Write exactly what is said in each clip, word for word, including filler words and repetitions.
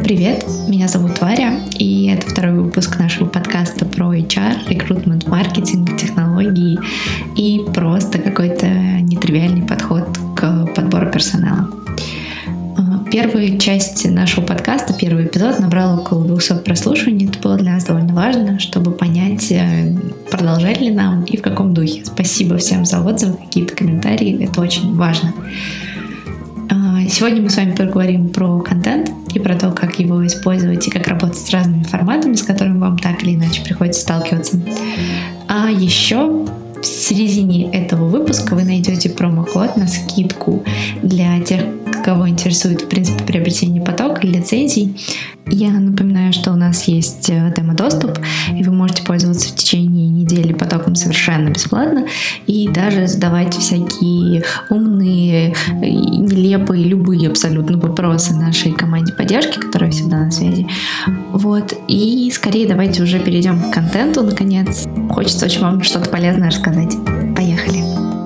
Привет, меня зовут Варя, и это второй выпуск нашего подкаста про эйч ар, рекрутмент, маркетинг, технологии и просто какой-то нетривиальный подход к подбору персонала. Первая часть нашего подкаста, первый эпизод, набрал около двухсот прослушиваний. Это было для нас довольно важно, чтобы понять, продолжать ли нам и в каком духе. Спасибо всем за отзывы, какие-то комментарии, это очень важно. Сегодня мы с вами поговорим про контент и про то, как его использовать и как работать с разными форматами, с которыми вам так или иначе приходится сталкиваться. А еще в середине этого выпуска вы найдете промокод на скидку для тех, кого интересует, в принципе, приобретение потока или лицензий. Я напоминаю, что у нас есть демо-доступ, и вы можете пользоваться в течение недели потоком совершенно бесплатно и даже задавать всякие умные, нелепые, любые абсолютно вопросы нашей команде поддержки, которая всегда на связи. Вот. И скорее давайте уже перейдем к контенту, наконец. Хочется очень вам что-то полезное рассказать. Поехали!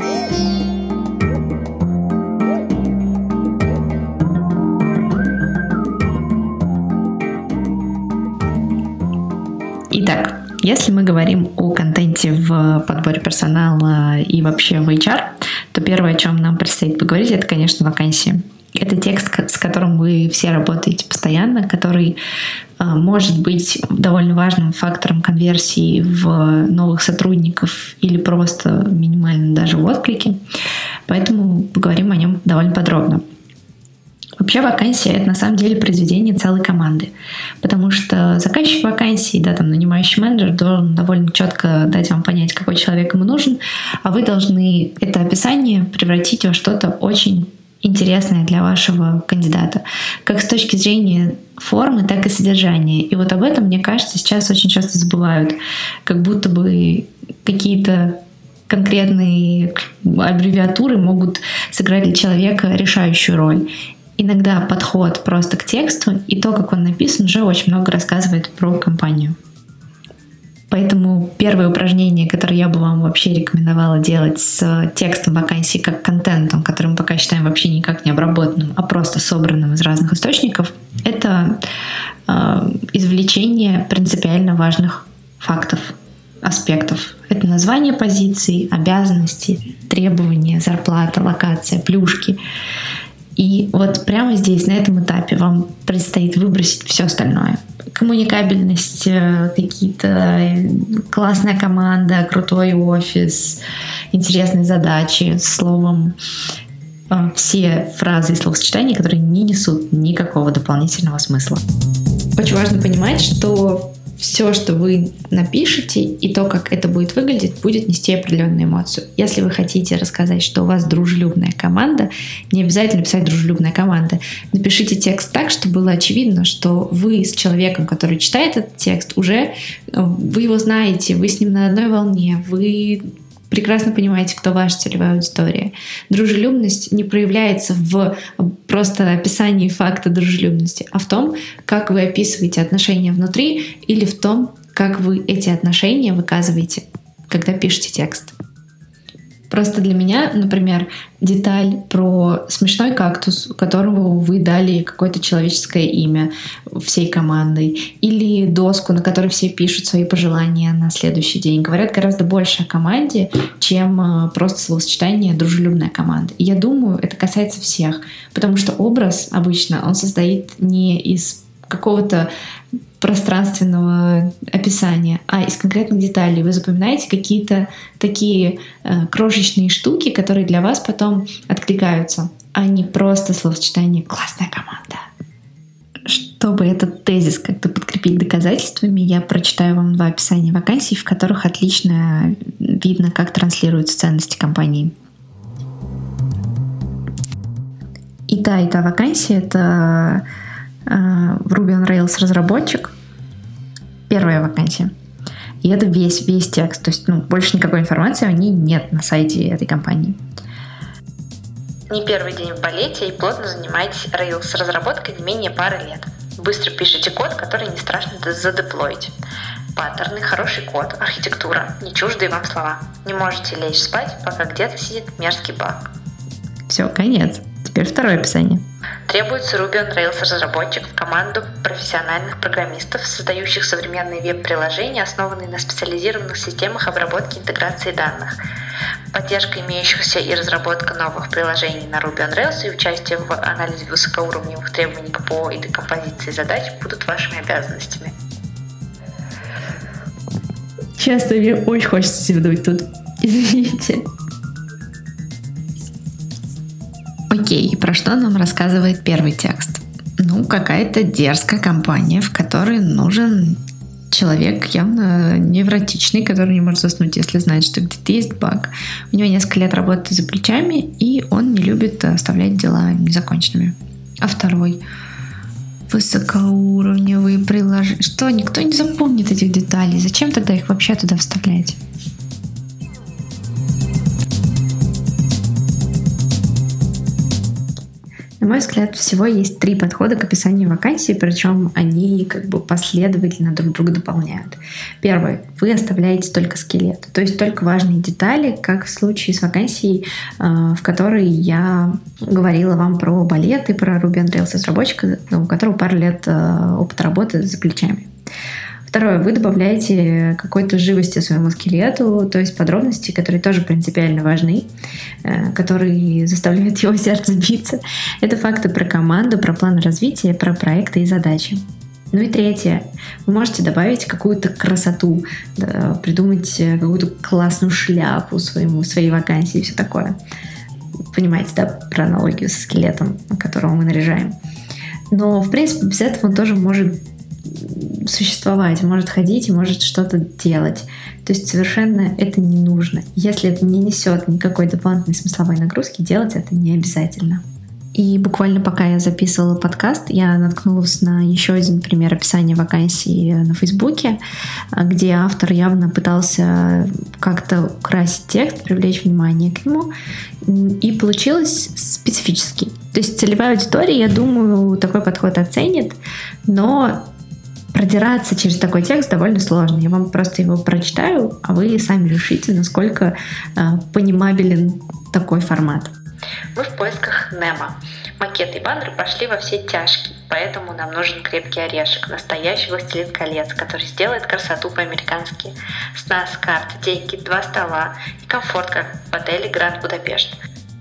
Итак, если мы говорим о контенте в подборе персонала и вообще в эйч ар, то первое, о чем нам предстоит поговорить, это, конечно, вакансии. Это текст, с которым вы все работаете постоянно, который э, может быть довольно важным фактором конверсии в новых сотрудников или просто минимально даже в отклике. Поэтому поговорим о нем довольно подробно. Вообще вакансия — это на самом деле произведение целой команды, потому что заказчик вакансии, да, там нанимающий менеджер должен довольно четко дать вам понять, какой человек ему нужен, а вы должны это описание превратить во что-то очень интересное для вашего кандидата, как с точки зрения формы, так и содержания. И вот об этом, мне кажется, сейчас очень часто забывают, как будто бы какие-то конкретные аббревиатуры могут сыграть для человека решающую роль. Иногда подход просто к тексту и то, как он написан, уже очень много рассказывает про компанию. Поэтому первое упражнение, которое я бы вам вообще рекомендовала делать с текстом вакансии как контентом, который мы пока считаем вообще никак не обработанным, а просто собранным из разных источников, это э, извлечение принципиально важных фактов, аспектов. Это название позиции, обязанности, требования, зарплата, локация, плюшки. И вот прямо здесь, на этом этапе, вам предстоит выбросить все остальное. Коммуникабельность, какие-то классная команда, крутой офис, интересные задачи, словом, все фразы и словосочетания, которые не несут никакого дополнительного смысла. Очень важно понимать, что все, что вы напишете, и то, как это будет выглядеть, будет нести определенную эмоцию. Если вы хотите рассказать, что у вас дружелюбная команда, не обязательно писать «дружелюбная команда». Напишите текст так, чтобы было очевидно, что вы с человеком, который читает этот текст, уже вы его знаете, вы с ним на одной волне, вы прекрасно понимаете, кто ваша целевая аудитория. Дружелюбность не проявляется в просто описании факта дружелюбности, а в том, как вы описываете отношения внутри или в том, как вы эти отношения выказываете, когда пишете текст. Просто для меня, например, деталь про смешной кактус, которому вы дали какое-то человеческое имя всей командой, или доску, на которой все пишут свои пожелания на следующий день, говорят гораздо больше о команде, чем просто словосочетание «дружелюбная команда». И я думаю, это касается всех, потому что образ обычно он состоит не из какого-то пространственного описания, а из конкретных деталей. Вы запоминаете какие-то такие э, крошечные штуки, которые для вас потом откликаются, а не просто словосочетание «классная команда». Чтобы этот тезис как-то подкрепить доказательствами, я прочитаю вам два описания вакансий, в которых отлично видно, как транслируются ценности компании. И та, и та вакансия — это в Ruby on Rails разработчик. Первая вакансия. И это весь, весь текст. То есть ну, больше никакой информации о ней нет на сайте этой компании. Не первый день в балете и плотно занимаетесь Rails разработкой не менее пары лет. Быстро пишете код, который не страшно задеплоить. Паттерны, хороший код, архитектура, не чуждые вам слова. Не можете лечь спать, пока где-то сидит мерзкий баг. Все, конец. теперь второе описание. Требуется Ruby on Rails разработчик в команду профессиональных программистов, создающих современные веб-приложения, основанные на специализированных системах обработки и интеграции данных. Поддержка имеющихся и разработка новых приложений на Ruby on Rails и участие в анализе высокоуровневых требований к ПО и декомпозиции задач будут вашими обязанностями. Честно, мне очень хочется зевнуть тут. Извините. Окей, про что нам рассказывает первый текст? Ну, какая-то дерзкая компания, в которой нужен человек явно невротичный, который не может заснуть, если знает, что где-то есть баг. У него несколько лет работы за плечами, и он не любит оставлять дела незаконченными. А второй — высокоуровневые приложения. Что, никто не запомнит этих деталей? Зачем тогда их вообще туда вставлять? На мой взгляд, всего есть три подхода к описанию вакансии, причем они как бы последовательно друг друга дополняют. Первый. Вы оставляете только скелет, то есть только важные детали, как в случае с вакансией, в которой я говорила вам про балет и про Ruby on Rails разработчика, у которого пару лет опыта работы за плечами. Второе. Вы добавляете какой-то живости своему скелету, то есть подробности, которые тоже принципиально важны, которые заставляют его сердце биться. Это факты про команду, про план развития, про проекты и задачи. Ну и третье. Вы можете добавить какую-то красоту, да, придумать какую-то классную шляпу своему, своей вакансии и все такое. Понимаете, да, про аналогию со скелетом, которого мы наряжаем. Но, в принципе, без этого он тоже может существовать, может ходить и может что-то делать. То есть совершенно это не нужно. Если это не несет никакой дополнительной смысловой нагрузки, делать это не обязательно. И буквально пока я записывала подкаст, я наткнулась на еще один пример описания вакансии на Фейсбуке, где автор явно пытался как-то украсить текст, привлечь внимание к нему, и получилось специфически. То есть целевая аудитория, я думаю, такой подход оценит, но продираться через такой текст довольно сложно. Я вам просто его прочитаю, а вы сами решите, насколько э, понимабелен такой формат. Мы в поисках Немо. Макеты и баннеры пошли во все тяжкие, поэтому нам нужен крепкий орешек, настоящий властелин колец, который сделает красоту по-американски. С нас карты, деньги, два стола и комфорт, как в отеле Гранд Будапешт.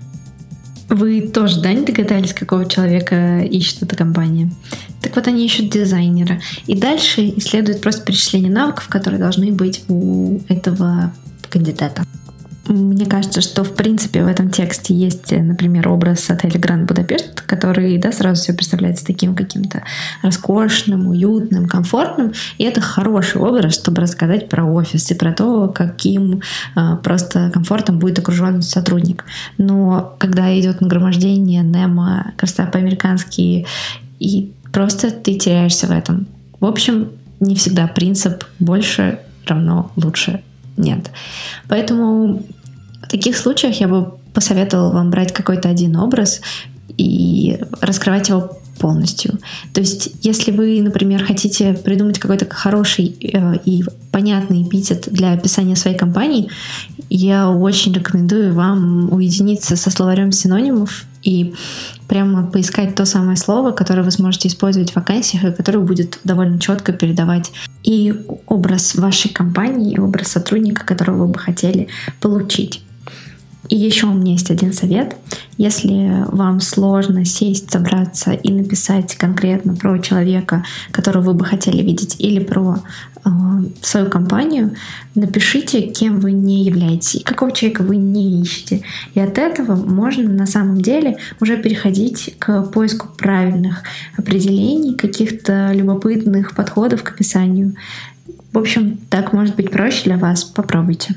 Вы тоже, да, не догадались, какого человека ищет эта компания? Так вот, они ищут дизайнера. И дальше исследуют просто перечисление навыков, которые должны быть у этого кандидата. Мне кажется, что в принципе в этом тексте есть, например, образ отеля Гранд Будапешт, который, да, сразу все представляется таким каким-то роскошным, уютным, комфортным. И это хороший образ, чтобы рассказать про офис и про то, каким а, просто комфортом будет окружен сотрудник. Но когда идет нагромождение, Немо, красота по-американски, и просто ты теряешься в этом. В общем, не всегда принцип «больше равно лучше» нет. Поэтому в таких случаях я бы посоветовала вам брать какой-то один образ и раскрывать его полностью. То есть, если вы, например, хотите придумать какой-то хороший э, и понятный эпитет для описания своей компании, я очень рекомендую вам уединиться со словарем синонимов и прямо поискать то самое слово, которое вы сможете использовать в вакансиях и которое будет довольно четко передавать и образ вашей компании, и образ сотрудника, которого вы бы хотели получить. И еще у меня есть один совет. Если вам сложно сесть, собраться и написать конкретно про человека, которого вы бы хотели видеть, или про э, свою компанию, напишите, кем вы не являетесь и какого человека вы не ищете. И от этого можно на самом деле уже переходить к поиску правильных определений, каких-то любопытных подходов к описанию. В общем, так может быть проще для вас. Попробуйте.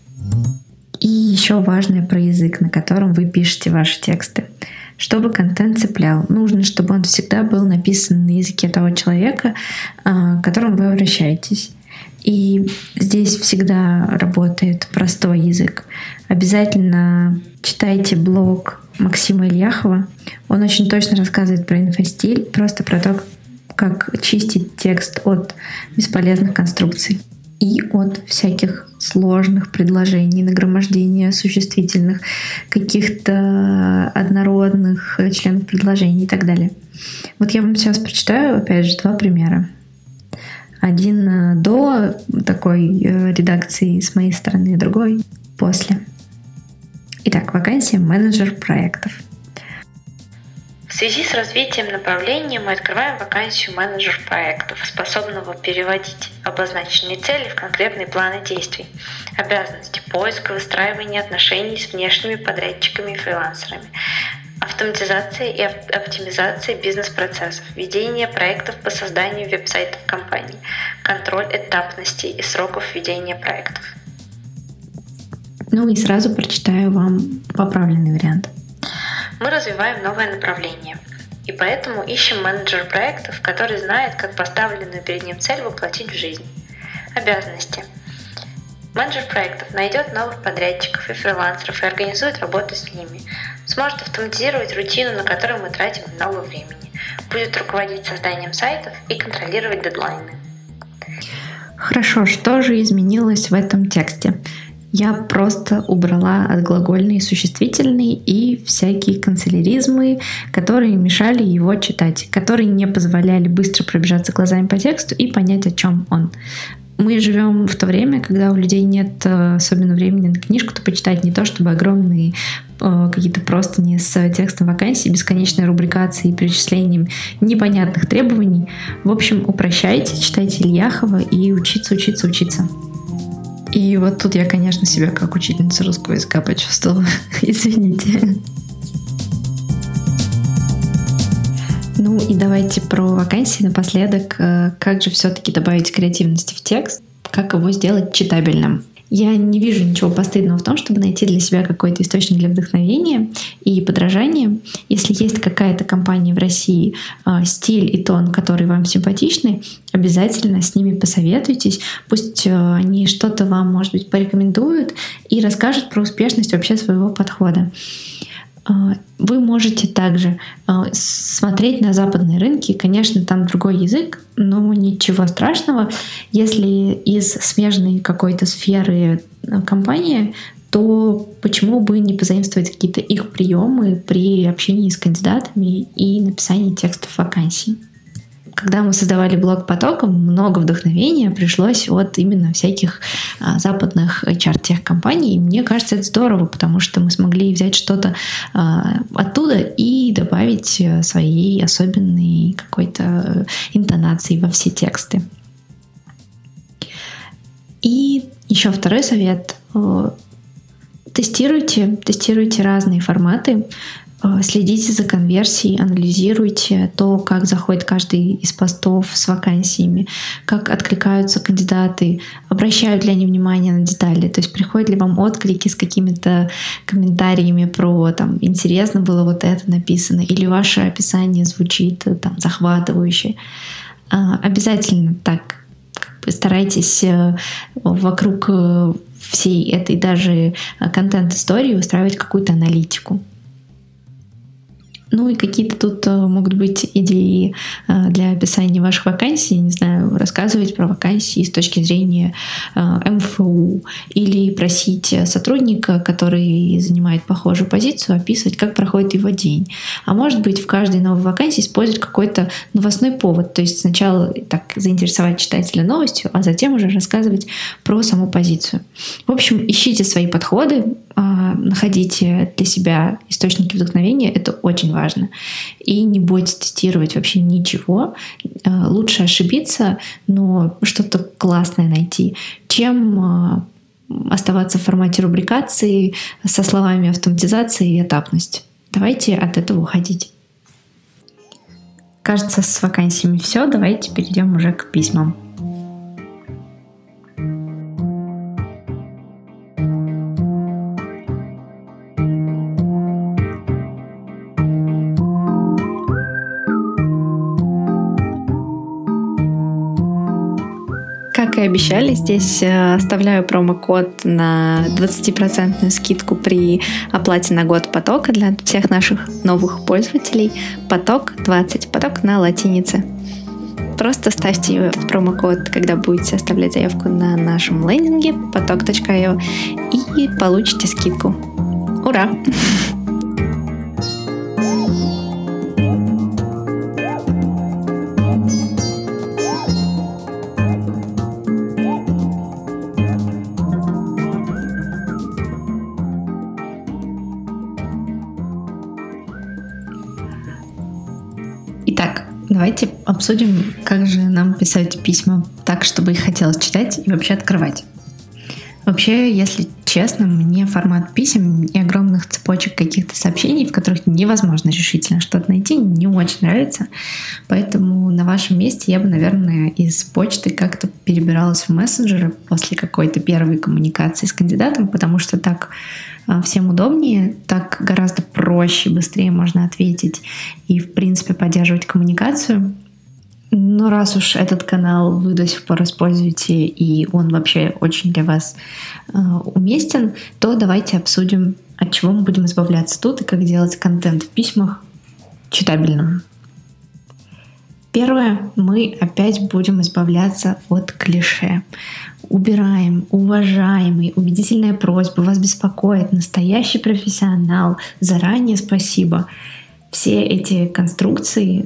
И еще важное про язык, на котором вы пишете ваши тексты. Чтобы контент цеплял, нужно, чтобы он всегда был написан на языке того человека, к которому вы обращаетесь. И здесь всегда работает простой язык. Обязательно читайте блог Максима Ильяхова. Он очень точно рассказывает про инфостиль, просто про то, как чистить текст от бесполезных конструкций. и от всяких сложных предложений, нагромождения существительных, каких-то однородных членов предложений и так далее. Вот я вам сейчас прочитаю, опять же, два примера. Один до такой редакции с моей стороны, другой после. Итак, вакансия менеджер проектов. В связи с развитием направления мы открываем вакансию менеджер проектов, способного переводить обозначенные цели в конкретные планы действий, обязанности поиска, выстраивания отношений с внешними подрядчиками и фрилансерами, автоматизация и оптимизация бизнес-процессов, ведение проектов по созданию веб-сайтов компаний, контроль этапности и сроков ведения проектов. Ну и сразу прочитаю вам поправленный вариант. Мы развиваем новое направление, и поэтому ищем менеджера проектов, который знает, как поставленную перед ним цель воплотить в жизнь. Обязанности. Менеджер проектов найдет новых подрядчиков и фрилансеров и организует работу с ними. Сможет автоматизировать рутину, на которую мы тратим много времени. Будет руководить созданием сайтов и контролировать дедлайны. Хорошо, что же изменилось в этом тексте? Я просто убрала отглагольные существительные и всякие канцеляризмы, которые мешали его читать, которые не позволяли быстро пробежаться глазами по тексту и понять, о чем он. Мы живем в то время, когда у людей нет особенно времени на книжку-то почитать, не то чтобы огромные э, какие-то простыни с текстом вакансий, бесконечной рубрикацией и перечислением непонятных требований. В общем, упрощайте, читайте Ильяхова и учиться, учиться, учиться. И вот тут я, конечно, себя как учительница русского языка почувствовала. Извините. Ну и давайте про вакансии напоследок. Как же все-таки добавить креативности в текст? Как его сделать читабельным? Я не вижу ничего постыдного в том, чтобы найти для себя какой-то источник для вдохновения и подражания. Если есть какая-то компания в России, стиль и тон, которые вам симпатичны, обязательно с ними посоветуйтесь. Пусть они что-то вам, может быть, порекомендуют и расскажут про успешность вообще своего подхода. Вы можете также смотреть на западные рынки. Конечно, там другой язык, но ничего страшного. Если из смежной какой-то сферы компания, то почему бы не позаимствовать какие-то их приемы при общении с кандидатами и написании текстов вакансий? Когда мы создавали блог «Потоком», много вдохновения пришлось от именно всяких а, западных эйч ар-техкомпаний. И мне кажется, это здорово, потому что мы смогли взять что-то а, оттуда и добавить своей особенной какой-то интонации во все тексты. И еще второй совет. Тестируйте, тестируйте разные форматы. Следите за конверсией, анализируйте то, как заходит каждый из постов с вакансиями, как откликаются кандидаты, обращают ли они внимание на детали, то есть приходят ли вам отклики с какими-то комментариями про там интересно было вот это написано, или ваше описание звучит там захватывающе. Обязательно так старайтесь вокруг всей этой даже контент-истории устраивать какую-то аналитику. Ну и какие-то тут могут быть идеи для описания ваших вакансий, не знаю, рассказывать про вакансии с точки зрения эм эф у или просить сотрудника, который занимает похожую позицию, описывать, как проходит его день. А может быть, в каждой новой вакансии использовать какой-то новостной повод, то есть сначала так заинтересовать читателя новостью, а затем уже рассказывать про саму позицию. В общем, ищите свои подходы, находите для себя источники вдохновения, это очень важно. И не бойтесь тестировать вообще ничего. Лучше ошибиться, но что-то классное найти, чем оставаться в формате рубрикации со словами автоматизация и этапность. Давайте от этого уходить. Кажется, с вакансиями все. Давайте перейдем уже к письмам. Как и обещали, здесь оставляю промокод на двадцать процентов скидку при оплате на год потока для всех наших новых пользователей. Поток двадцать, поток на латинице. просто ставьте этот промокод, когда будете оставлять заявку на нашем лендинге поток точка ай о и получите скидку. Ура! Итак, давайте обсудим, как же нам писать письма так, чтобы их хотелось читать и вообще открывать. Вообще, если честно, мне формат писем и огромных цепочек каких-то сообщений, в которых невозможно решительно что-то найти, не очень нравится. Поэтому на вашем месте я бы, наверное, из почты как-то перебиралась в мессенджеры после какой-то первой коммуникации с кандидатом, потому что так всем удобнее, так гораздо проще, быстрее можно ответить и, в принципе, поддерживать коммуникацию. Но раз уж этот канал вы до сих пор используете, и он вообще очень для вас э, уместен, то давайте обсудим, от чего мы будем избавляться тут и как делать контент в письмах читабельным. Первое, мы опять будем избавляться от клише. Убираем, уважаемый, убедительная просьба, вас беспокоит, настоящий профессионал, заранее спасибо. Все эти конструкции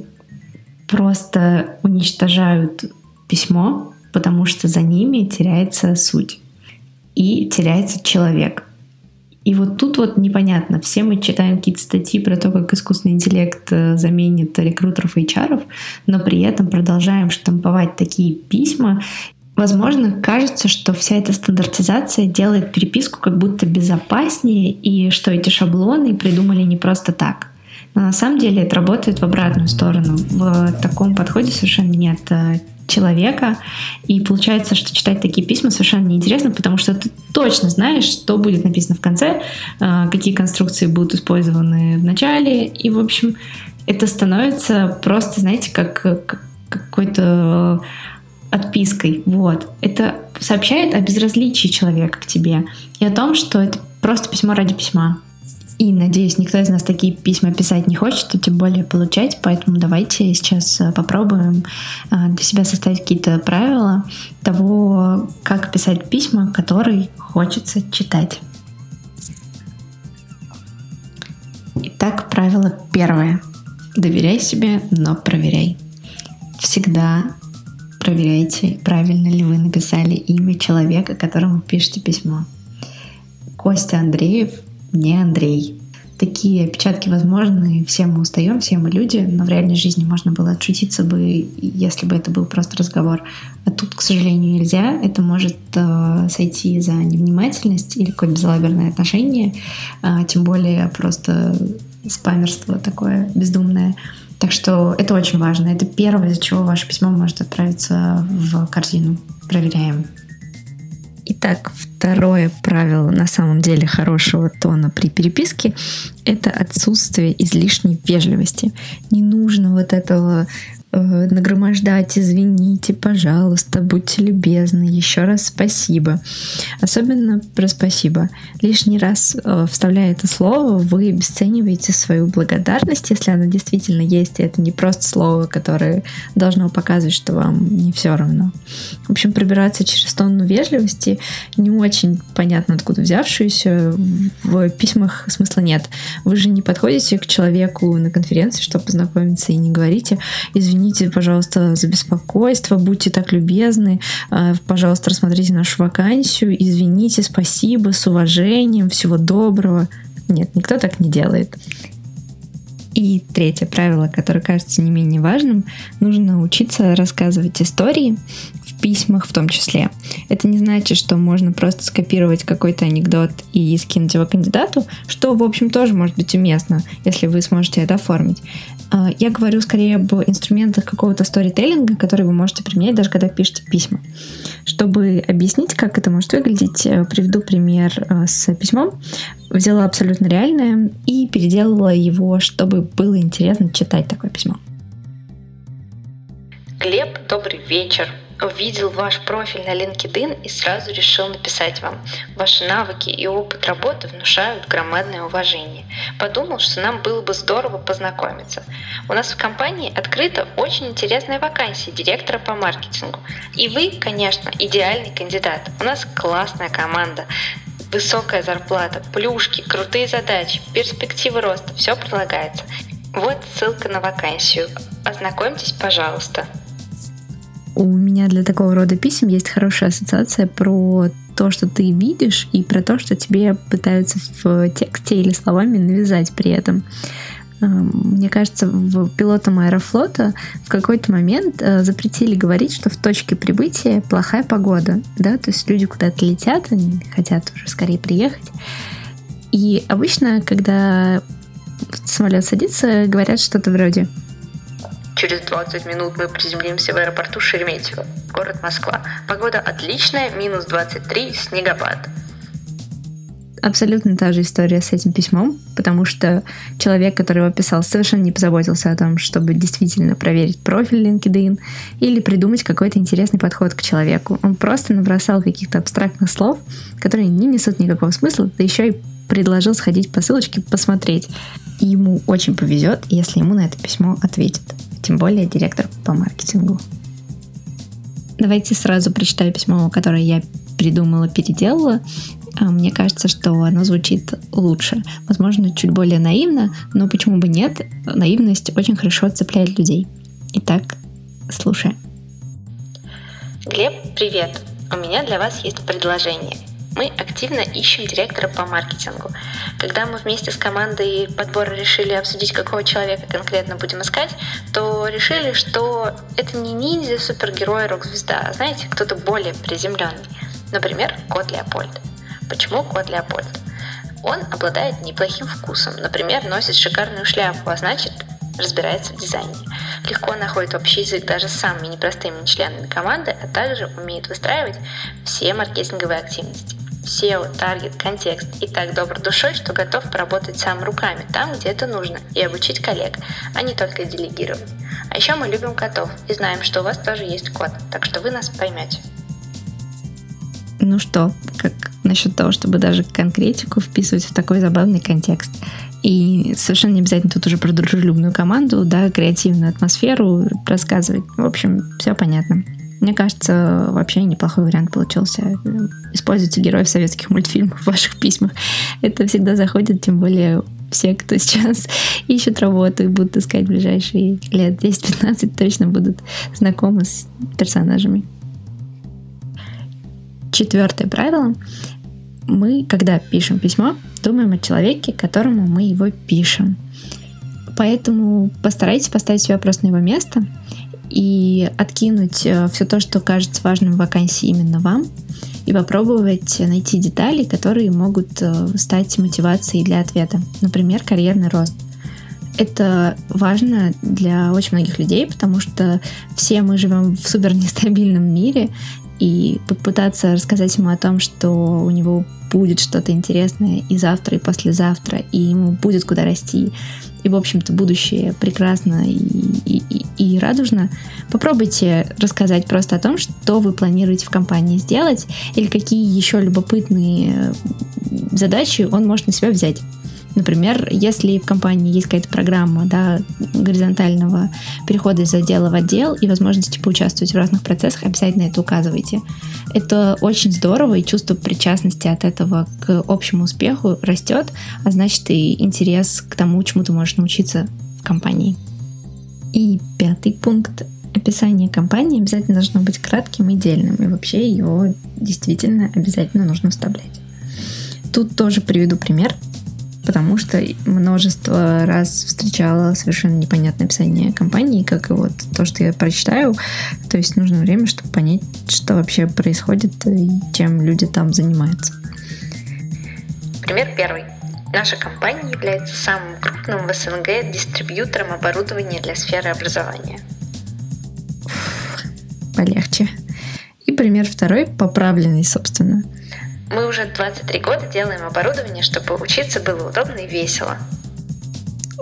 просто уничтожают письмо, потому что за ними теряется суть и теряется человек. И вот тут вот непонятно. Все мы читаем какие-то статьи про то, как искусственный интеллект заменит рекрутеров и эйч ар, но при этом продолжаем штамповать такие письма. Возможно, кажется, что вся эта стандартизация делает переписку как будто безопаснее, и что эти шаблоны придумали не просто так. Но на самом деле это работает в обратную сторону. В таком подходе совершенно нет человека. И получается, что читать такие письма совершенно неинтересно, потому что ты точно знаешь, что будет написано в конце, какие конструкции будут использованы в начале. И, в общем, это становится просто, знаете, как, как какой-то отпиской. Вот. Это сообщает о безразличии человека к тебе и о том, что это просто письмо ради письма. И, надеюсь, никто из нас такие письма писать не хочет, и тем более получать, поэтому давайте сейчас попробуем для себя составить какие-то правила того, как писать письма, которые хочется читать. Итак, правило первое. Доверяй себе, но проверяй. Всегда проверяйте, правильно ли вы написали имя человека, которому пишете письмо. Костя Андреев не Андрей. Такие опечатки возможны, все мы устаем, все мы люди, но в реальной жизни можно было отшутиться бы, если бы это был просто разговор. А тут, к сожалению, нельзя. Это может э, сойти за невнимательность или какое-то безалаберное отношение, э, тем более просто спамерство такое бездумное. Так что это очень важно. Это первое, из-за чего ваше письмо может отправиться в корзину. Проверяем. Итак, второе правило на самом деле хорошего тона при переписке — это отсутствие излишней вежливости. Не нужно вот этого э, нагромождать «извините, пожалуйста, будьте любезны, еще раз спасибо». Особенно про спасибо. Лишний раз э, вставляя это слово, вы обесцениваете свою благодарность, если она действительно есть, и это не просто слово, которое должно показывать, что вам не все равно. В общем, пробираться через тонну вежливости, не очень понятно, откуда взявшуюся, в письмах смысла нет. Вы же не подходите к человеку на конференции, чтобы познакомиться, и не говорите «извините, пожалуйста, за беспокойство, будьте так любезны, пожалуйста, рассмотрите нашу вакансию, извините, спасибо, с уважением, всего доброго». Нет, никто так не делает. И третье правило, которое кажется не менее важным, нужно учиться рассказывать истории в письмах в том числе. Это не значит, что можно просто скопировать какой-то анекдот и скинуть его кандидату, что, в общем, тоже может быть уместно, если вы сможете это оформить. Я говорю скорее об инструментах какого-то сторителлинга, которые вы можете применять даже когда пишете письма. Чтобы объяснить, как это может выглядеть, приведу пример с письмом. Взяла абсолютно реальное и переделала его, чтобы было интересно читать такое письмо. Глеб, добрый вечер. Увидел ваш профиль на LinkedIn и сразу решил написать вам. Ваши навыки и опыт работы внушают громадное уважение. Подумал, что нам было бы здорово познакомиться. У нас в компании открыта очень интересная вакансия директора по маркетингу. И вы, конечно, идеальный кандидат. У нас классная команда. Высокая зарплата, плюшки, крутые задачи, перспективы роста. Все предлагается. Вот ссылка на вакансию. Ознакомьтесь, пожалуйста. У меня для такого рода писем есть хорошая ассоциация про то, что ты видишь, и про то, что тебе пытаются в тексте или словами навязать при этом. Мне кажется, в пилотам Аэрофлота в какой-то момент запретили говорить, что в точке прибытия плохая погода. Да? То есть люди куда-то летят, они хотят уже скорее приехать. И обычно, когда самолет садится, говорят что-то вроде: через двадцать минут мы приземлимся в аэропорту Шереметьево, город Москва. Погода отличная, минус двадцать три, снегопад. Абсолютно та же история с этим письмом, потому что человек, который его писал, совершенно не позаботился о том, чтобы действительно проверить профиль LinkedIn или придумать какой-то интересный подход к человеку. Он просто набросал каких-то абстрактных слов, которые не несут никакого смысла, да еще и предложил сходить по ссылочке посмотреть. И ему очень повезет, если ему на это письмо ответят. Тем более директор по маркетингу. Давайте сразу прочитаю письмо, которое я придумала, переделала. Мне кажется, что оно звучит лучше. Возможно, чуть более наивно, но почему бы нет? Наивность очень хорошо цепляет людей. Итак, слушаем. Глеб, привет! У меня для вас есть предложение. Мы активно ищем директора по маркетингу. Когда мы вместе с командой подбора решили обсудить, какого человека конкретно будем искать, то решили, что это не ниндзя, супергерой, рок-звезда, а, знаете, кто-то более приземленный. Например, кот Леопольд. Почему кот Леопольд? Он обладает неплохим вкусом. Например, носит шикарную шляпу, а значит, разбирается в дизайне. Легко находит общий язык даже с самыми непростыми членами команды, а также умеет выстраивать все маркетинговые активности. сео, таргет, контекст и так добр душой, что готов поработать сам руками там, где это нужно, и обучить коллег, а не только делегировать. А еще мы любим котов и знаем, что у вас тоже есть кот, так что вы нас поймете. Ну что, как насчет того, чтобы даже конкретику вписывать в такой забавный контекст? И совершенно не обязательно тут уже про дружелюбную команду, да, креативную атмосферу рассказывать. В общем, все понятно. Мне кажется, вообще неплохой вариант получился. Используйте героев советских мультфильмов в ваших письмах. Это всегда заходит, тем более все, кто сейчас ищут работу и будут искать в ближайшие лет десять-пятнадцать, точно будут знакомы с персонажами. Четвертое правило. Мы, когда пишем письмо, думаем о человеке, которому мы его пишем. Поэтому постарайтесь поставить себя просто на его место и откинуть все то, что кажется важным в вакансии именно вам, и попробовать найти детали, которые могут стать мотивацией для ответа. Например, карьерный рост. Это важно для очень многих людей, потому что все мы живем в супер нестабильном мире, и попытаться рассказать ему о том, что у него будет что-то интересное и завтра, и послезавтра, и ему будет куда расти, и, в общем-то, будущее прекрасно и, и, и, и радужно. Попробуйте рассказать просто о том, что вы планируете в компании сделать, или какие еще любопытные задачи он может на себя взять. Например, если в компании есть какая-то программа, да, горизонтального перехода из отдела в отдел и возможности поучаствовать в разных процессах, обязательно это указывайте. Это очень здорово, и чувство причастности от этого к общему успеху растет, а значит и интерес к тому, чему ты можешь научиться в компании. И пятый пункт. Описание компании обязательно должно быть кратким и дельным, и вообще его действительно обязательно нужно вставлять. Тут тоже приведу пример, потому что множество раз встречала совершенно непонятное описание компании, как и вот то, что я прочитаю. То есть нужно время, чтобы понять, что вообще происходит и чем люди там занимаются. Пример первый. Наша компания является самым крупным в СНГ дистрибьютором оборудования для сферы образования. Уф, полегче. И пример второй, поправленный, собственно. Мы уже двадцать три года делаем оборудование, чтобы учиться было удобно и весело.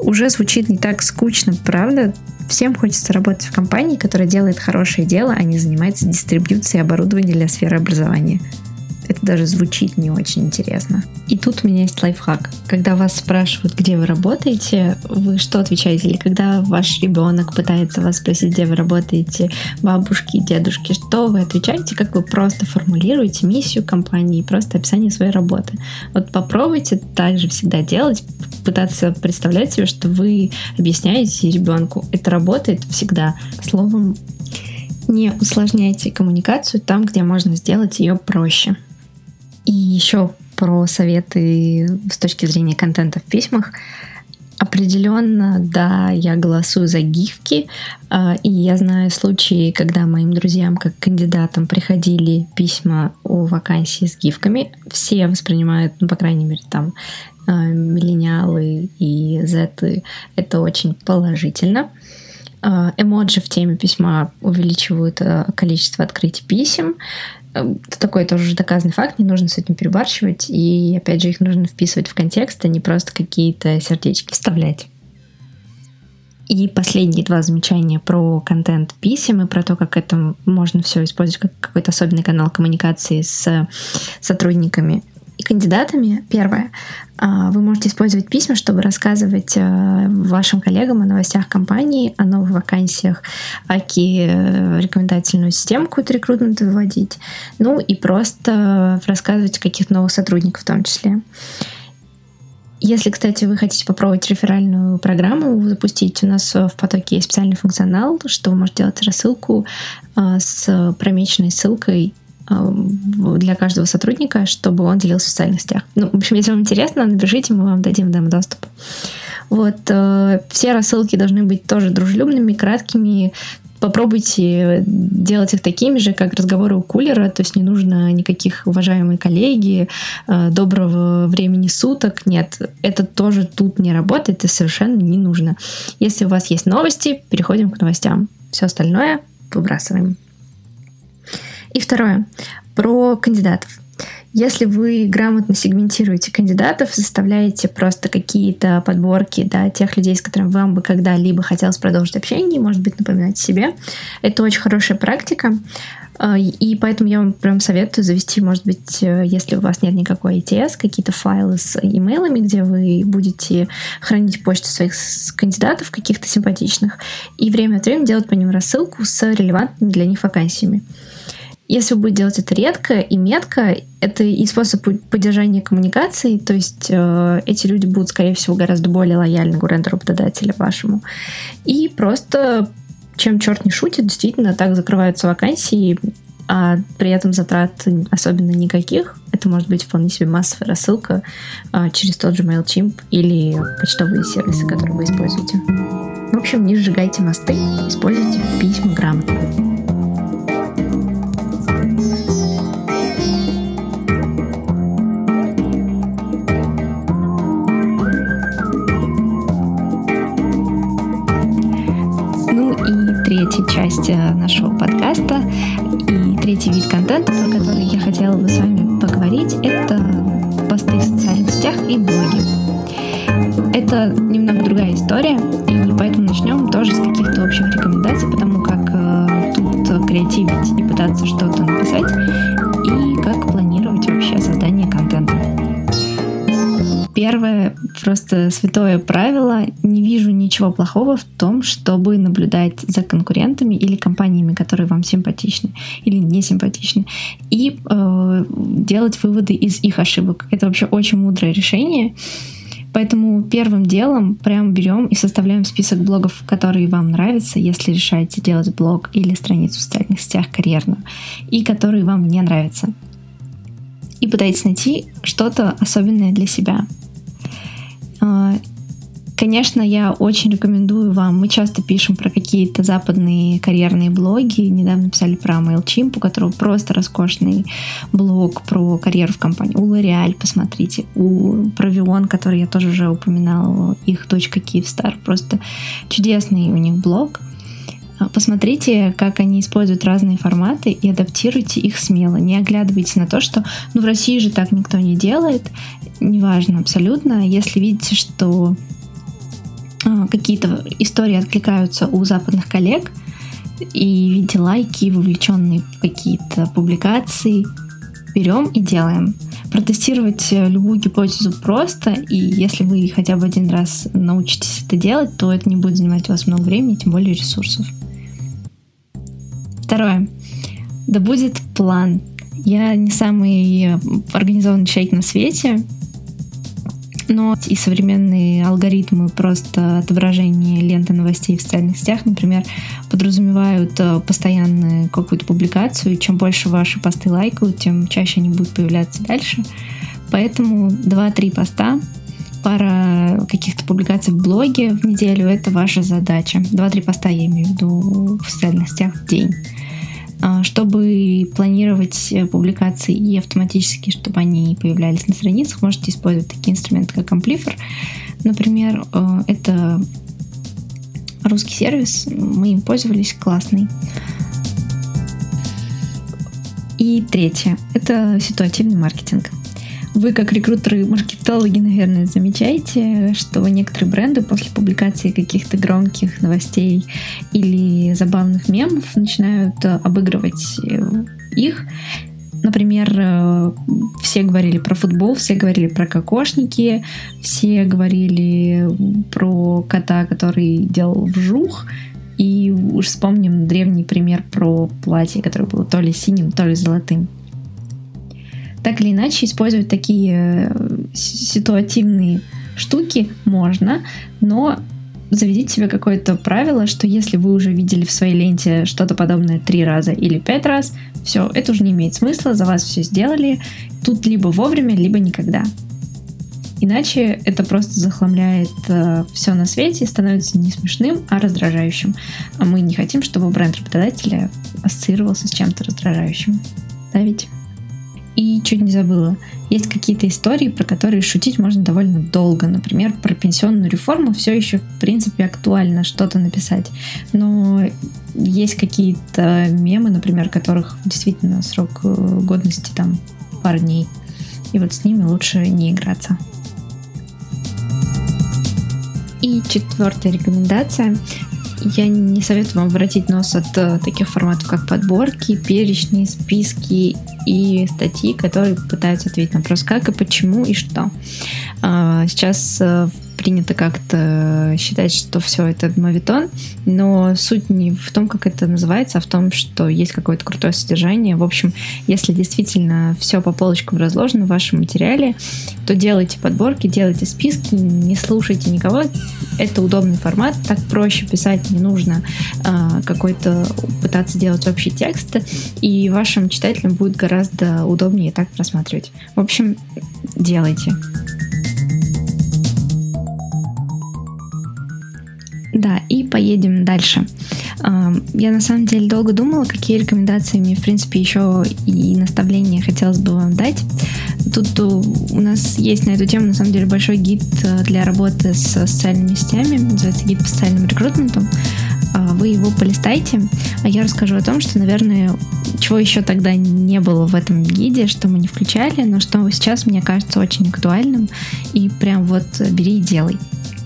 уже звучит не так скучно, правда? Всем хочется работать в компании, которая делает хорошее дело, а не занимается дистрибьюцией оборудования для сферы образования. Это даже звучит не очень интересно. И тут у меня есть лайфхак. Когда вас спрашивают, где вы работаете, вы что отвечаете? Или когда ваш ребенок пытается вас спросить, где вы работаете, бабушки, дедушки, что вы отвечаете? Как вы просто формулируете миссию компании, просто описание своей работы? Вот попробуйте также всегда делать, пытаться представлять себе, что вы объясняете ребенку. Это работает всегда. Словом, не усложняйте коммуникацию там, где можно сделать ее проще. И еще про советы с точки зрения контента в письмах. Определенно, да, я голосую за гифки, и я знаю случаи, когда моим друзьям, как кандидатам, приходили письма о вакансии с гифками. Все воспринимают, ну, по крайней мере, там, миллениалы и зеты, это очень положительно. Эмоджи в теме письма увеличивают количество открытий писем. Это такой тоже уже доказанный факт, не нужно с этим перебарщивать. И, опять же, их нужно вписывать в контекст, а не просто какие-то сердечки вставлять. И последние два замечания про контент писем и про то, как это можно все использовать как какой-то особенный канал коммуникации с сотрудниками и кандидатами. Первое. Вы можете использовать письма, чтобы рассказывать вашим коллегам о новостях компании, о новых вакансиях, аки рекомендательную систему какую-то рекрутмента выводить, ну и просто рассказывать о каких-то новых сотрудников в том числе. Если, кстати, вы хотите попробовать реферальную программу запустить, у нас в потоке есть специальный функционал, что вы можете делать рассылку с промеченной ссылкой для каждого сотрудника, чтобы он делился в социальных сетях. Ну, в общем, если вам интересно, напишите, мы вам дадим демо-доступ. Вот, э, все рассылки должны быть тоже дружелюбными, краткими. Попробуйте делать их такими же, как разговоры у кулера, то есть не нужно никаких уважаемые коллеги, э, доброго времени суток. Нет, это тоже тут не работает и совершенно не нужно. Если у вас есть новости, переходим к новостям. Все остальное выбрасываем. И второе, про кандидатов. Если вы грамотно сегментируете кандидатов, составляете просто какие-то подборки, да, тех людей, с которыми вам бы когда-либо хотелось продолжить общение, может быть, напоминать себе, это очень хорошая практика. И поэтому я вам прям советую завести, может быть, если у вас нет никакой эй ти эс, какие-то файлы с имейлами, где вы будете хранить почту своих кандидатов, каких-то симпатичных, и время от времени делать по ним рассылку с релевантными для них вакансиями. Если вы будете делать это редко и метко, это и способ поддержания коммуникации, то есть э, эти люди будут, скорее всего, гораздо более лояльны к работодателю вашему. И просто, чем черт не шутит, действительно так закрываются вакансии, а при этом затрат особенно никаких. Это может быть вполне себе массовая рассылка э, через тот же MailChimp или почтовые сервисы, которые вы используете. В общем, не сжигайте мосты, используйте письма грамотно. Третья часть нашего подкаста и третий вид контента, про который я хотела бы с вами поговорить, это посты в социальных сетях и блоги. Это немного другая история, и поэтому начнем тоже с каких-то общих рекомендаций, потому как э, тут креативить и пытаться что-то написать, и как планировать вообще создание контента. Первое, просто святое правило, не вижу ничего плохого в том, чтобы наблюдать за конкурентами или компаниями, которые вам симпатичны или не симпатичны, и э, делать выводы из их ошибок. Это вообще очень мудрое решение. Поэтому первым делом прям берем и составляем список блогов, которые вам нравятся, если решаете делать блог или страницу в социальных сетях карьерную, и которые вам не нравятся. И пытайтесь найти что-то особенное для себя. Конечно, я очень рекомендую вам, мы часто пишем про какие-то западные карьерные блоги, недавно писали про MailChimp, у которого просто роскошный блог про карьеру в компании. У L'Oréal посмотрите, у Provion, который я тоже уже упоминала, их дочка Kyivstar, просто чудесный у них блог. Посмотрите, как они используют разные форматы и адаптируйте их смело. Не оглядывайтесь на то, что ну, в России же так никто не делает. Неважно абсолютно. Если видите, что какие-то истории откликаются у западных коллег, и видите лайки, вовлеченные в какие-то публикации, берем и делаем. Протестировать любую гипотезу просто, и если вы хотя бы один раз научитесь это делать, то это не будет занимать у вас много времени, тем более ресурсов. Второе. Да будет план. Я не самый организованный человек на свете, но и современные алгоритмы просто отображения ленты новостей в социальных сетях, например, подразумевают постоянную какую-то публикацию, и чем больше ваши посты лайкают, тем чаще они будут появляться дальше. Поэтому два-три поста, пара каких-то публикаций в блоге в неделю — это ваша задача. два-три поста, я имею в виду, в социальных сетях в день. Чтобы планировать публикации и автоматически, чтобы они появлялись на страницах, можете использовать такие инструменты, как Amplifier. Например, это русский сервис, мы им пользовались, классный. И третье — это ситуативный маркетинг. Вы, как рекрутеры-маркетологи, наверное, замечаете, что некоторые бренды после публикации каких-то громких новостей или забавных мемов начинают обыгрывать их. Например, все говорили про футбол, все говорили про кокошники, все говорили про кота, который делал вжух. И уж вспомним древний пример про платье, которое было то ли синим, то ли золотым. Так или иначе, использовать такие ситуативные штуки можно, но заведите себе какое-то правило, что если вы уже видели в своей ленте что-то подобное три раза или пять раз, все, это уже не имеет смысла, за вас все сделали. Тут либо вовремя, либо никогда. Иначе это просто захламляет э, все на свете и становится не смешным, а раздражающим. А мы не хотим, чтобы бренд работодателя ассоциировался с чем-то раздражающим. Да ведь? И чуть не забыла. Есть какие-то истории, про которые шутить можно довольно долго. Например, про пенсионную реформу все еще, в принципе, актуально что-то написать. Но есть какие-то мемы, например, которых действительно срок годности там пару дней. И вот с ними лучше не играться. И четвертая рекомендация. Я не советую вам воротить нос от таких форматов, как подборки, перечни, списки и статьи, которые пытаются ответить на вопрос, как и почему и что. Сейчас принято как-то считать, что все это моветон, но суть не в том, как это называется, а в том, что есть какое-то крутое содержание. В общем, если действительно все по полочкам разложено в вашем материале, то делайте подборки, делайте списки, не слушайте никого. Это удобный формат, так проще писать, не нужно а, какой-то пытаться делать общий текст, и вашим читателям будет гораздо удобнее так просматривать. В общем, делайте. Да, и поедем дальше. Я на самом деле долго думала, какие рекомендации мне, в принципе, еще и наставления хотелось бы вам дать. Тут у нас есть на эту тему, на самом деле, большой гид для работы с социальными сетями, называется «Гид по социальному рекрутменту». Вы его полистайте, а я расскажу о том, что, наверное, чего еще тогда не было в этом гиде, что мы не включали, но что сейчас, мне кажется, очень актуальным, и прям вот бери и делай.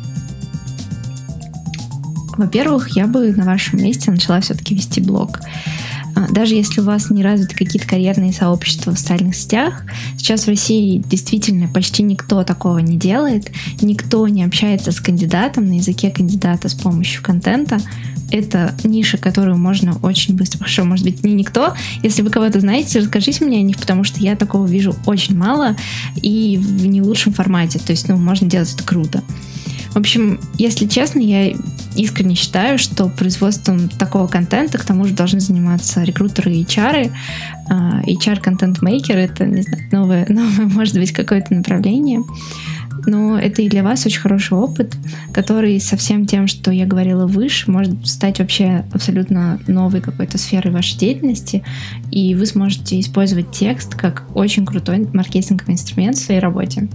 Во-первых, я бы на вашем месте начала все-таки вести блог. Даже если у вас не развиты какие-то карьерные сообщества в социальных сетях, сейчас в России действительно почти никто такого не делает, никто не общается с кандидатом на языке кандидата с помощью контента. Это ниша, которую можно очень быстро... Хорошо, может быть, не никто. Если вы кого-то знаете, расскажите мне о них, потому что я такого вижу очень мало и в не лучшем формате. То есть, ну, можно делать это круто. В общем, если честно, я искренне считаю, что производством такого контента к тому же должны заниматься рекрутеры и эйч ар. эйч ар-контент-мейкер — это, не знаю, новое, новое, может быть, какое-то направление. Но это и для вас очень хороший опыт, который со всем тем, что я говорила выше, может стать вообще абсолютно новой какой-то сферой вашей деятельности, и вы сможете использовать текст как очень крутой маркетинговый инструмент в своей работе.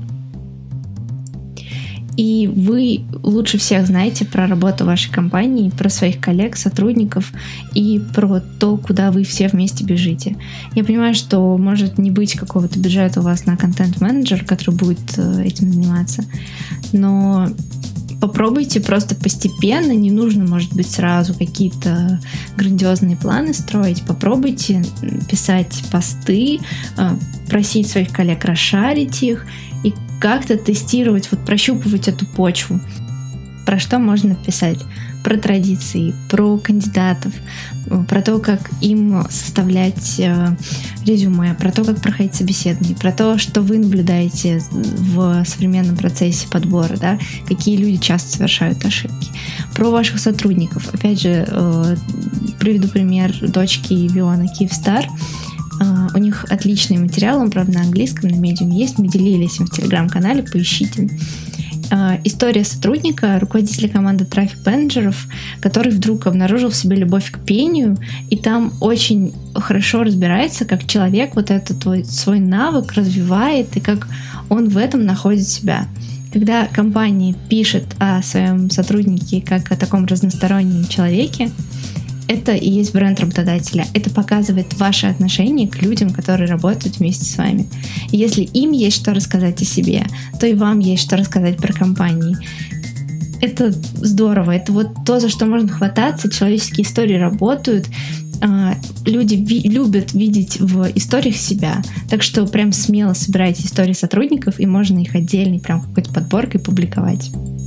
И вы лучше всех знаете про работу вашей компании, про своих коллег, сотрудников и про то, куда вы все вместе бежите. Я понимаю, что может не быть какого-то бюджета у вас на контент-менеджер, который будет этим заниматься, но попробуйте просто постепенно, не нужно, может быть, сразу какие-то грандиозные планы строить. Попробуйте писать посты, просить своих коллег расшарить их и как-то тестировать, вот прощупывать эту почву. Про что можно писать? Про традиции, про кандидатов, про то, как им составлять э, резюме, про то, как проходить собеседование, про то, что вы наблюдаете в современном процессе подбора, да, какие люди часто совершают ошибки, про ваших сотрудников. Опять же, э, приведу пример дочки Виона Киевстар. Uh, у них отличный материал, он, правда, на английском, на Medium есть. Мы делились им в телеграм-канале, поищите. Uh, история сотрудника, руководителя команды трафик-менеджеров, который вдруг обнаружил в себе любовь к пению, и там очень хорошо разбирается, как человек вот этот твой, свой навык развивает, и как он в этом находит себя. Когда компания пишет о своем сотруднике как о таком разностороннем человеке, это и есть бренд работодателя. Это показывает ваше отношение к людям, которые работают вместе с вами. И если им есть что рассказать о себе, то и вам есть что рассказать про компании. Это здорово. Это вот то, за что можно хвататься. Человеческие истории работают. Люди ви- любят видеть в историях себя. Так что прям смело собирайте истории сотрудников, и можно их отдельно, прям какой-то подборкой публиковать.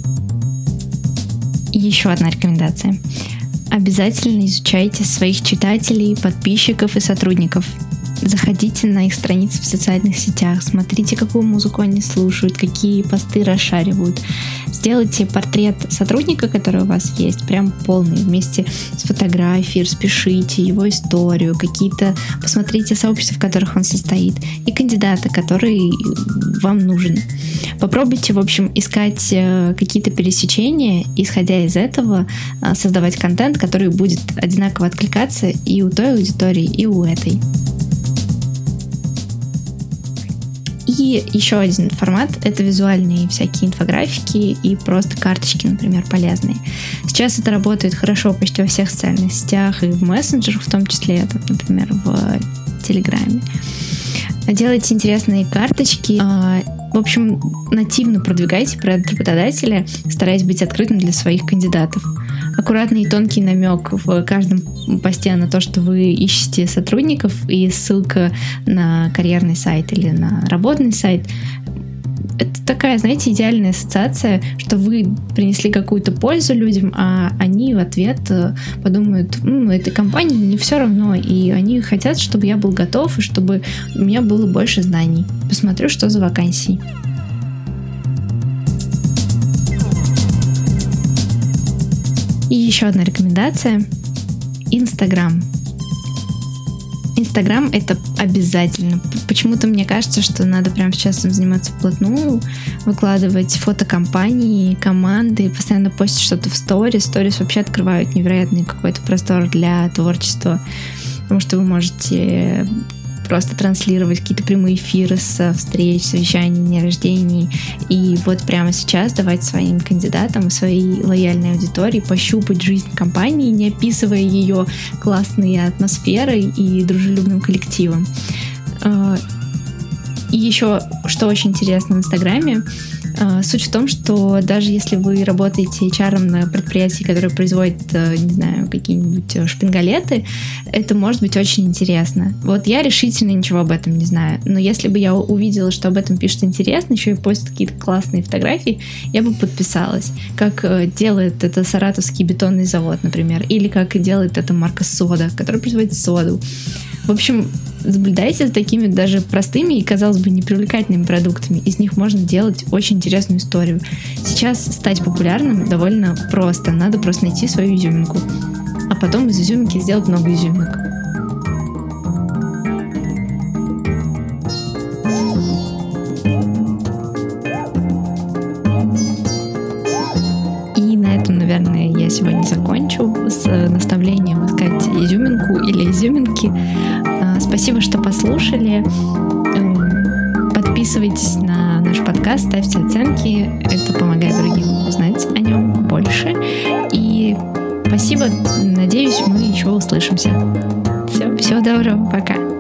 И еще одна рекомендация. Обязательно изучайте своих читателей, подписчиков и сотрудников. Заходите на их страницы в социальных сетях, смотрите, какую музыку они слушают, какие посты расшаривают. Сделайте портрет сотрудника, который у вас есть, прям полный, вместе с фотографией, распишите его историю, какие-то, посмотрите сообщества, в которых он состоит, и кандидата, который вам нужен. Попробуйте, в общем, искать какие-то пересечения, исходя из этого создавать контент, который будет одинаково откликаться и у той аудитории, и у этой. И еще один формат — это визуальные всякие инфографики и просто карточки, например, полезные. Сейчас это работает хорошо почти во всех социальных сетях и в мессенджерах, в том числе, это, например, в Телеграме. Делайте интересные карточки. В общем, нативно продвигайте бренд работодателя, стараясь быть открытым для своих кандидатов. Аккуратный и тонкий намек в каждом посте на то, что вы ищете сотрудников, и ссылка на карьерный сайт или на работный сайт. Это такая, знаете, идеальная ассоциация, что вы принесли какую-то пользу людям, а они в ответ подумают: ну, этой компании не все равно, и они хотят, чтобы я был готов, и чтобы у меня было больше знаний. Посмотрю, что за вакансии. И еще одна рекомендация – Инстаграм. Инстаграм – это обязательно. Почему-то мне кажется, что надо прямо сейчас им заниматься вплотную, выкладывать фото компании, команды, постоянно постить что-то в сторис. Сторис вообще открывают невероятный какой-то простор для творчества, потому что вы можете просто транслировать какие-то прямые эфиры со встреч, совещаний, дней рождений. И вот прямо сейчас давать своим кандидатам и своей лояльной аудитории пощупать жизнь компании, не описывая ее классной атмосферой и дружелюбным коллективом. И еще, что очень интересно в Инстаграме, суть в том, что даже если вы работаете эйч ар на предприятии, которое производит, не знаю, какие-нибудь шпингалеты, это может быть очень интересно. Вот я решительно ничего об этом не знаю, но если бы я увидела, что об этом пишут интересно, еще и постят какие-то классные фотографии, я бы подписалась. Как делает это Саратовский бетонный завод, например, или как делает это марка Сода, которая производит соду. В общем, наблюдайте за такими даже простыми и, казалось бы, непривлекательными продуктами. Из них можно делать очень интересную историю. Сейчас стать популярным довольно просто. Надо просто найти свою изюминку. А потом из изюминки сделать много изюминок. И на этом, наверное, я сегодня закончу с наставлением искать изюминку или изюминки. Спасибо, что послушали. Подписывайтесь на наш подкаст, ставьте оценки. Это помогает другим узнать о нем больше. И спасибо. Надеюсь, мы еще услышимся. Все, всего доброго. Пока.